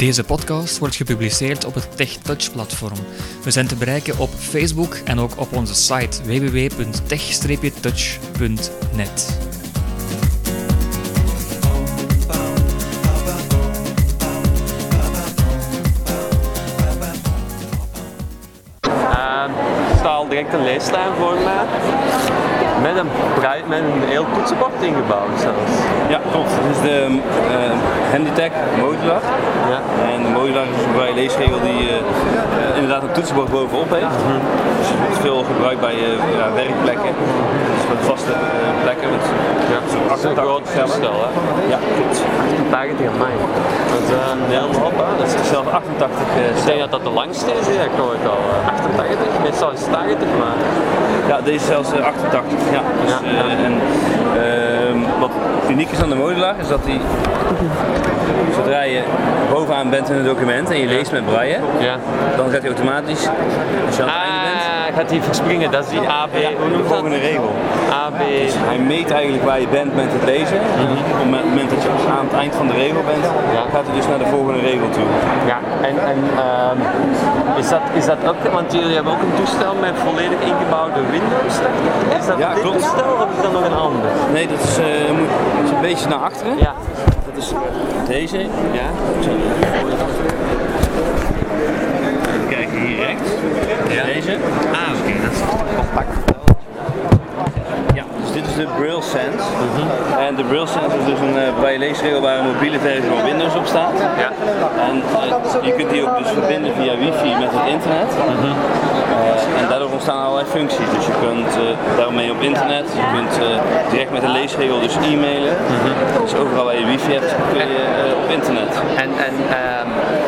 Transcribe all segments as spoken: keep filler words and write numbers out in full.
Deze podcast wordt gepubliceerd op het TechTouch-platform. We zijn te bereiken op Facebook en ook op onze site w w w punt tech touch punt net. Er staat al direct een leeslijn voor mij. Met een, met een heel toetsenbord ingebouwd zelfs. Ja, klopt. Dit is de uh, Handytech Modular. Ja. En de Modular is een vrije leesregel die uh, uh, inderdaad een toetsenbord bovenop heeft. Mm-hmm. Dus het wordt veel gebruikt bij uh, ja, werkplekken. Dus met vaste uh, plekken. Met, ja, dat is een groot toestel, hè? Ja, klopt. achtentachtig aan mij. Dat is uh, een hele hoop, hè? Dat is zelf achtentachtig. Uh, ik denk dat dat de langste is, ja, ik hoor het al. Uh, achtentachtig, meestal is het tachtig, maar... Ja, deze is zelfs uh, achtentachtig. Ja, dus, ja, ja. Uh, en uh, wat uniek is aan de Modular is dat die, zodra je bovenaan bent in een document en je leest met braille, ja. dan gaat hij automatisch, als je aan het ah, einde bent, gaat hij verspringen, dat is die A B, ja, hoe noemt de volgende dat? regel. A B. Dus hij meet eigenlijk waar je bent met het lezen. Mm-hmm. Op het moment dat je aan het eind van de regel bent, ja. gaat hij dus naar de volgende regel toe. Ja, en, en um, is, dat, is dat ook, want jullie hebben ook een toestel met volledig ingebouwde Windows. Is dat ja, dit klopt. toestel of is dat nog een ander? Nee, dat is, uh, moet, dat is een beetje naar achteren. Ja. Dat is deze. Ja. Even kijken, hier rechts. Ja. Deze. Ah, oké, okay. Dat is compact. Ja, dus dit is de Braille Sense. Mm-hmm. En de Braille Sense is dus een uh, braille leesregel waar een mobiele versie van Windows op staat. Ja. En uh, je kunt die ook dus verbinden via wifi met het internet. Mm-hmm. Uh, en daardoor ontstaan allerlei functies. Dus je kunt uh, daarmee op internet, je kunt uh, direct met een leesregel dus e-mailen. Mm-hmm. Dus overal waar je wifi hebt kun je uh, op internet. En, en um...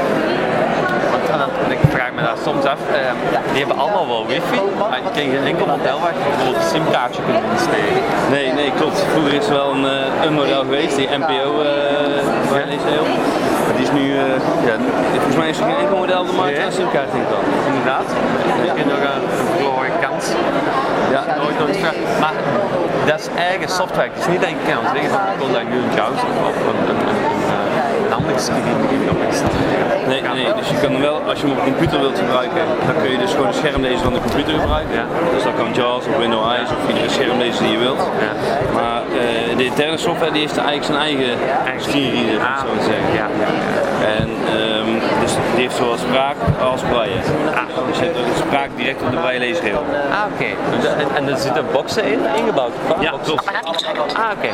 ik vraag me daar soms af, uh, die hebben allemaal wel wifi, maar je kent geen enkel model waar je bijvoorbeeld een simkaartje kunt insteken. Nee, nee, klopt. Vroeger is er wel een, uh, een model geweest, die N P O uh, leesregel. Maar die is nu, uh, ja, volgens mij is er geen enkel model de markt waar een simkaart in kan. Inderdaad, dat is nog een verloren kans. Ja, nooit nooit vraag. Maar dat is eigen software, het is niet dat ik kan zeggen van ik wil daar nu een browser of een, een, een, een, een ander screen op installeren. Nee, nee, dus je kan wel, als je hem op een computer wilt gebruiken, dan kun je dus gewoon de schermlezer van de computer gebruiken. Ja. Dus dat kan JAWS of Windows Eyes of iedere schermlezer die je wilt. Ja. Maar uh, de interne software die heeft eigenlijk zijn eigen screenreader, om het zo te zeggen. Ja. En um, dus die heeft zowel spraak als braille. Ah. Dus je hebt ook spraak direct op de braille leesregel. Ah, oké. Okay. En, en er zitten boxen in, ingebouwd? Ja, klopt. Ah, oké. Okay.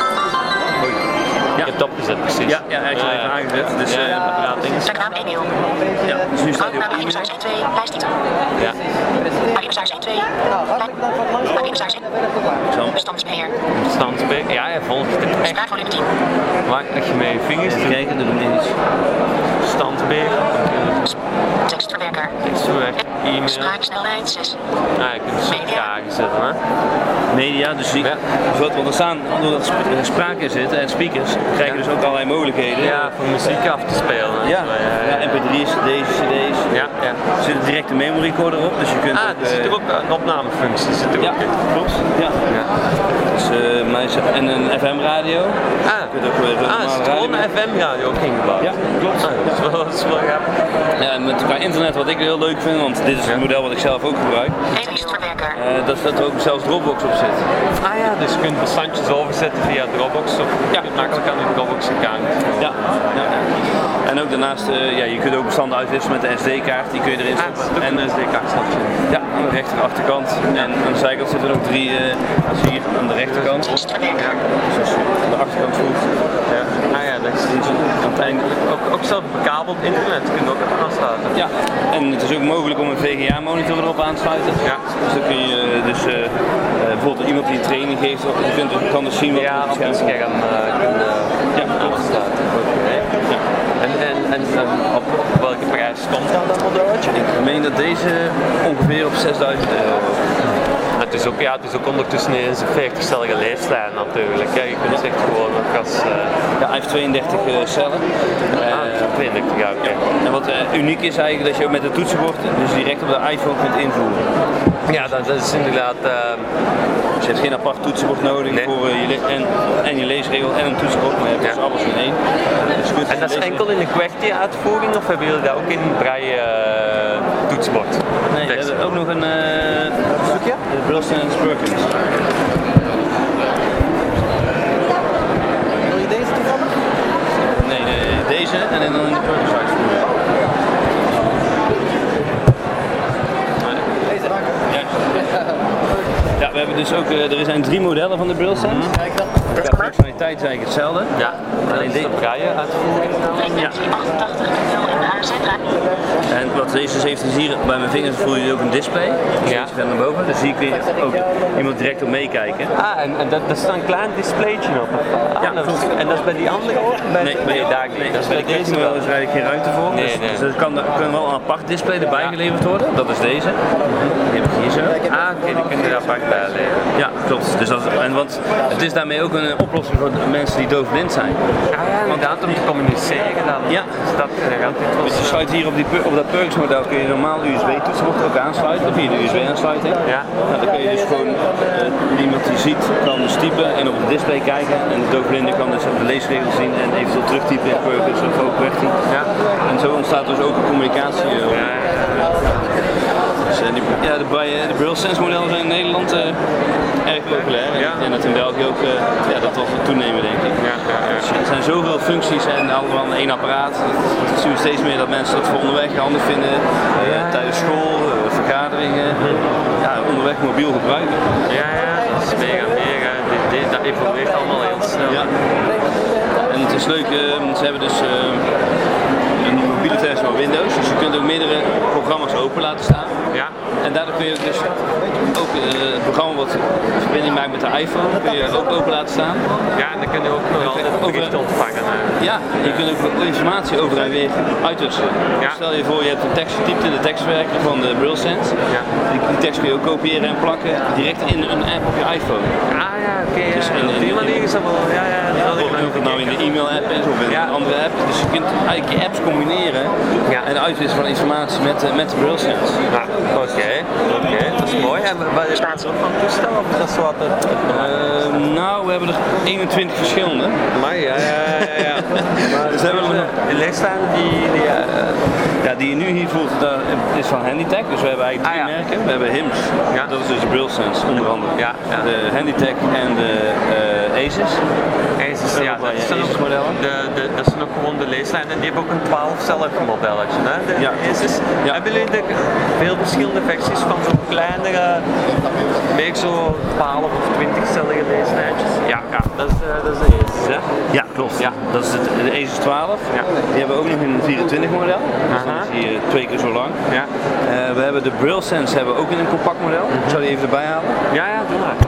Ja. Je hebt het opgezet, precies. Ja, ja, hij is al even aangezet. Dus, ja, uh, ja, Instagram e-mail. Ja, dus nu staat hij op e-mail. Ariemsaars één twee, lijsttitel. Ja. Ariemsaars één twee, Ariemsaars bestandsbeheer. Bestandsbeheer, ja, hij volgt het echt. Spraakvolume tien. Maar als je met je vingers even kijken, dat doet niets. Bestandsbeheer. Tekstverwerker. Tekstverwerker, e-mail. Spraaksnelheid zes. Ah, je kunt het vragen zetten, hè. Media, dus zie ja. Want er staan, doordat er spraak in zit en speakers, krijg je ja. dus ook allerlei mogelijkheden. Ja, voor muziek af te spelen. Ja, ja, ja, ja. M P drie's, C D's, C D's. Ja, ja. Er zit een directe memory recorder op, dus je kunt ah, ook... er zit er ook een opnamefunctie. Zit er ja, ook klopt. Ja. Ja. Dus, uh, en een F M radio. Ah, ah is het gewoon een F M radio ook ingebouwd? Ja, klopt. Ah, dat is wel, dat is wel grappig. Ja, en met qua internet wat ik heel leuk vind, want dit is het model wat ik zelf ook gebruik. Tekstverwerker. Uh, dat, dat er ook zelfs Dropbox op zit. Ah ja, dus je kunt bestandjes overzetten via Dropbox of ja. makkelijk aan die Dropbox account. Ja. Ja. En ook daarnaast, uh, ja, je kunt ook bestanden uitwisselen met de S D-kaart, die kun je erin stoppen. Ah, en een S D-kaart staat je. Ja, aan de rechterachterkant. En aan de zijkant zitten er ook drie, uh, als je hier aan de rechterkant. Ja. Dus als je aan de achterkant voelt. Ja. Ah ja, dat is aan het einde. Ook, ook zelf bekabeld internet kun je ook aansluiten. Ja, en het is ook mogelijk om een V G A-monitor erop aan te sluiten. Ja. Dus dan kun je dus uh, uh, bijvoorbeeld iemand die training geeft, je kunt, kan dus zien wat ja, op het scherm uh, kunnen uh, ja, aansluiten. Okay. Ja. En, en, en um, op welke prijs komt dan dat modelletje? Ik meen dat deze ongeveer op zesduizend euro. Het is ook, ja, het is ook ondertussen eens een veertigcellige leeftijd natuurlijk. Ja, je kunt het echt gewoon ook als... Uh... Ja, hij heeft tweeëndertig uh, cellen. Ah, uh, tweeëndertig, ja, oké. Okay. En wat uh, uniek is eigenlijk dat je ook met het toetsenbord dus direct op de iPhone kunt invoeren. Ja, dat, dat is inderdaad... Uh... Dus je hebt geen apart toetsenbord nodig nee. voor uh, je en, en je leesregel en een toetsenbord, maar je hebt ja. dus alles in één. Dus en dat is enkel in de QWERTY-uitvoering of hebben jullie dat ook in braille uh, toetsenbord? Nee, we hebben ook nog een uh, stukje? De Brillsense Perkins. Wil je deze toevallig? Nee, nee, deze en dan in de Perkins uitvoering. Ja, we hebben dus ook, uh, er zijn drie modellen van de Brillsense. Mm-hmm. De functionaliteit is eigenlijk hetzelfde. Ja, alleen deze braille uitvoering. Ja. En wat deze heeft is hier bij mijn vingers voel je ook een display. Dus ja. Verder naar boven. Dus hier kun je ook iemand direct op meekijken. Ah, en, en dat, dat is dan een klein displaytje op. Ah, ja, dat is, en dat is bij die andere ook? Bij nee, bij, daar, nee, dat is bij deze wel is er eigenlijk geen ruimte voor. Nee, dus, nee. dus er kan, er kan wel een apart display erbij ja. geleverd worden. Dat is deze. Die heb ik hier zo. Ah, oké, okay, die kunnen er apart bij leveren. Ja, klopt. Dus dat, en want het is daarmee ook een oplossing voor mensen die doofblind zijn. Ah ja, inderdaad, om te communiceren dan. Ja. Dus dat gaat dit wel. Dus je sluit hier op, die, op dat Perkins model kun je normaal U S B-toetsenbord ook aansluiten, of hier de U S B-aansluiting. Ja. Nou, dan kun je dus gewoon, uh, iemand die ziet kan dus typen en op het display kijken. En de doofblinde kan dus op de leesregel zien en eventueel terugtypen in Perkins of ook QWERTY. Ja. En zo ontstaat dus ook een communicatie. Uh, ja, ja, ja. Dus, uh, die, ja, de, de Brillsense modellen zijn in Nederland uh, erg populair. Ja. En dat in België ook, uh, ja, dat zal toenemen denk ik. Ja, ja, ja. Dus er zijn zoveel functies en allemaal in één apparaat. Dat zien we steeds meer dat mensen dat voor onderweg handig vinden. Uh, ja. Tijdens school, uh, vergaderingen, ja, onderweg mobiel gebruiken. Ja, ja, dat is mega, mega. Dit, dit, dat evolueert allemaal heel snel. Ja. En het is leuk, uh, ze hebben dus uh, een mobiele versie van Windows, dus je kunt ook meerdere programma's open laten staan. Ja. En daardoor kun je dus ook uh, het programma wat verbinding maakt met de iPhone, kun je ook open laten staan. Ja, en dan kun je ook nog altijd berichten ontvangen. Uh. Ja, je kunt ook informatie over en weer uitwisselen. Ja. Stel je voor, je hebt een tekst getypt in de tekstverwerker van de Brillsense. Ja. Die, die tekst kun je ook kopiëren en plakken direct in een app op je iPhone. Ah ja, oké. Okay, dus ja. Op die manier is dat wel, ja, ja. Of het nou in de e-mail-app is of in ja. een andere app. Dus je kunt eigenlijk je apps combineren ja. en uitwisselen van informatie met, met de Brillsense. Ja, oké. Okay. Oké, okay. Dat is mooi. En wat staat er ook van toestel? Of is dat zo wat het... uh, nou, we hebben er eenentwintig verschillende. Maar ja, ja, ja. ja. Maar dus hebben we de leeslijnen die... die uh, ja, die je nu hier voelt, dat is van Handytech. Dus we hebben eigenlijk drie ah, ja. merken. We hebben Hims, ja. dat is dus de Brillsense onder andere. Ja, ja. De Handytech en de uh, Asus. Asus, ja, dat zijn ook modellen. De, de, dat zijn ook gewoon de leeslijnen. Die hebben ook een twaalf-cellig modelletje, hè? De ja, Asus. Ja. Hebben jullie de, veel verschillende versies van zo'n kleinere, meer zo twaalf of twintig-cellige leeslijntjes? Ja, ja, dat is, uh, dat is de Asus, hè? Ja, klopt. Ja. Dat is het, de Asus twaalf. Ja. Die hebben we ook nog in een vierentwintig model. Dus dan is die uh, twee keer zo lang. Ja. Uh, we hebben de Brillsense hebben we ook in een compact model. Mm-hmm. Zou je die even erbij halen? Ja, ja, doe maar.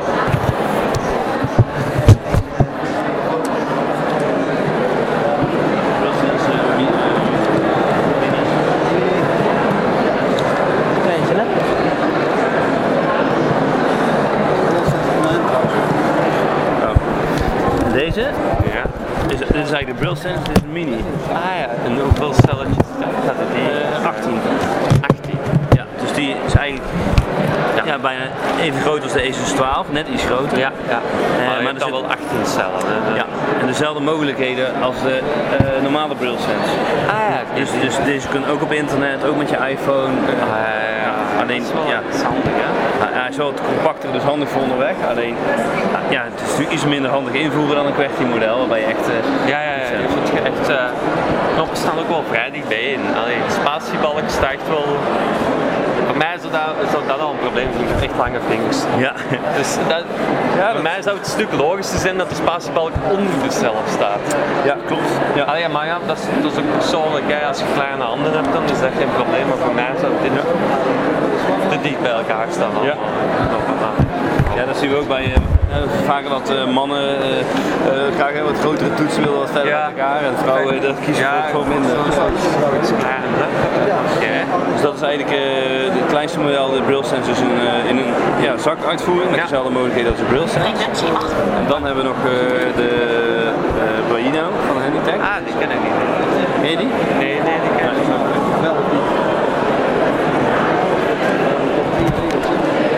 Deze? Ja. Dit is, dit is eigenlijk de Brillsense, dit is een mini. Ah ja, en hoeveel celletjes gaat het die? Uh, achttien. achttien. Ja, dus die is eigenlijk ja. Ja, bijna even groot als de Asus twaalf, net iets groter. Ja, ja. Uh, maar, maar er zit wel achttien cellen. Hè? Ja, en dezelfde mogelijkheden als de uh, normale Brillsense. Ah ja. Dus, dus deze kun ook op internet, ook met je iPhone. Uh, ah, ja, ja. Alleen, dat is wel ja, handig, hè? Nou, hij is wel wat compacter, dus handig voor onderweg. Alleen, ja, het is natuurlijk iets minder handig invoeren dan een QWERTY model, waarbij je echt... Uh, ja, ja, ja. Je voelt je echt... Uh, knoppen staan ook wel vrij dichtbij in. Alleen, de spatiebalk staat echt wel... Voor mij zou dat, zou dat al een probleem zijn, ik heb echt lange vingers. Ja. Dus dat, ja, voor dat... mij zou het een stuk logischer zijn dat de spatiebalk onder de zelf staat. Ja, klopt. Ja. Allee, maar ja, dat is, dat is ook persoonlijk. Hè. Als je kleine handen hebt, dan is dat geen probleem. Maar voor mij zou dit ja. te dicht bij elkaar staan. Ja. Ja, dat zien we ook bij uh, vaker dat uh, mannen uh, uh, graag een wat grotere toetsen willen dan stellen ja. met elkaar en vrouwen uh, dat kiezen ja, voor minder. Zoiets klein, hè? Okay. Dus dat is eigenlijk uh, het kleinste model, de Brillsense, dus in, uh, in een ja, zakuitvoering met ja. dezelfde mogelijkheden als de Brillsense. En dan hebben we nog uh, de uh, Baino van Handytech. Ah, die ken ik niet. Ken je die? Nee, nee, die ken ik niet.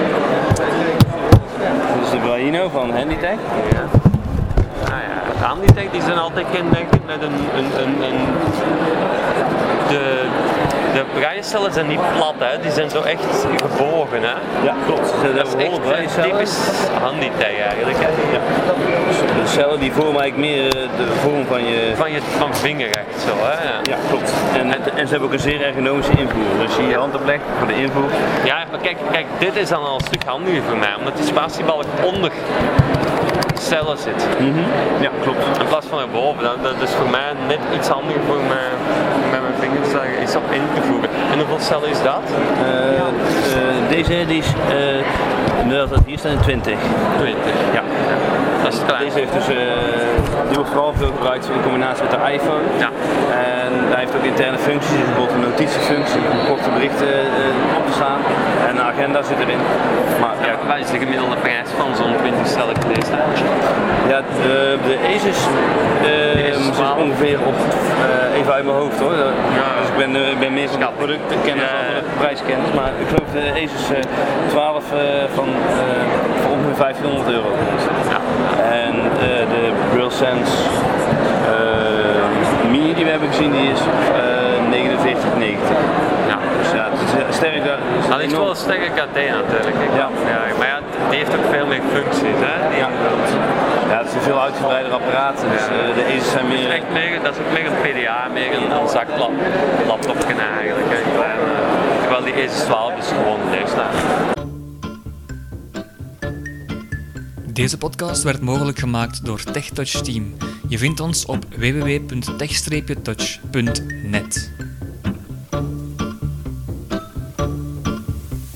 van Handytech. Ja. Nou ja, de Handytech die zijn altijd kenmerkend met een, een, een, een de, de braillestellen zijn niet plat, hè. Die zijn zo echt gebogen. Hè. Ja, klopt. Dat is echt typisch Handytech eigenlijk. Hè. Ja. De cellen die vormen eigenlijk meer de vorm van je... Van je van vinger echt zo, hè. Ja, ja klopt. En, en ze hebben ook een zeer ergonomische invoer. Dus je je hand oplegt voor de invoer. Ja, maar kijk, kijk, dit is dan al een stuk handiger voor mij, omdat die spatiebalk onder cellen zit. Mm-hmm. Ja, klopt. In plaats van erboven. Dat, dat is voor mij net iets handiger voor mij, met mijn vingers daar iets op in te voegen. En hoeveel cellen is dat? Uh, uh, deze die is, uh, hier staan twintig. twintig? Ja. Dat is klein. Deze heeft dus, uh, die wordt vooral veel gebruikt in combinatie met de iPhone. Ja. En hij heeft ook interne functies, bijvoorbeeld een notitiefunctie om korte berichten uh, op te slaan. En een agenda zit erin. Maar, ja, wat is de gemiddelde prijs van zo'n twintig cellen deze? Ja, de, de Asus uh, zit ongeveer op, uh, even uit mijn hoofd hoor. Ja. Dus ik ben, uh, ik ben meer van de productkennis dan van de prijskennis. Maar ik geloof de Asus uh, twaalf uh, van uh, voor ongeveer vijftienhonderd euro. Ja. En uh, de BrailleSense uh, Mini die we hebben gezien, die is uh, negenenveertig negentig. Ja. Dus ja, het is sterk. Dat is wel een sterke K T natuurlijk. Ja. Ja, maar ja, die heeft ook veel meer functies. Hè? Die ja. Ja, het is een veel uitgebreider apparaat. Dus uh, de Asus zijn meer... Dat is, echt meer, dat is ook meer een P D A, meer een, een zaklaptopje eigenlijk. Hè? Klein, uh, terwijl die Asus twaalf is gewoon deze. Deze podcast werd mogelijk gemaakt door TechTouch Team. Je vindt ons op w w w punt tech touch punt net.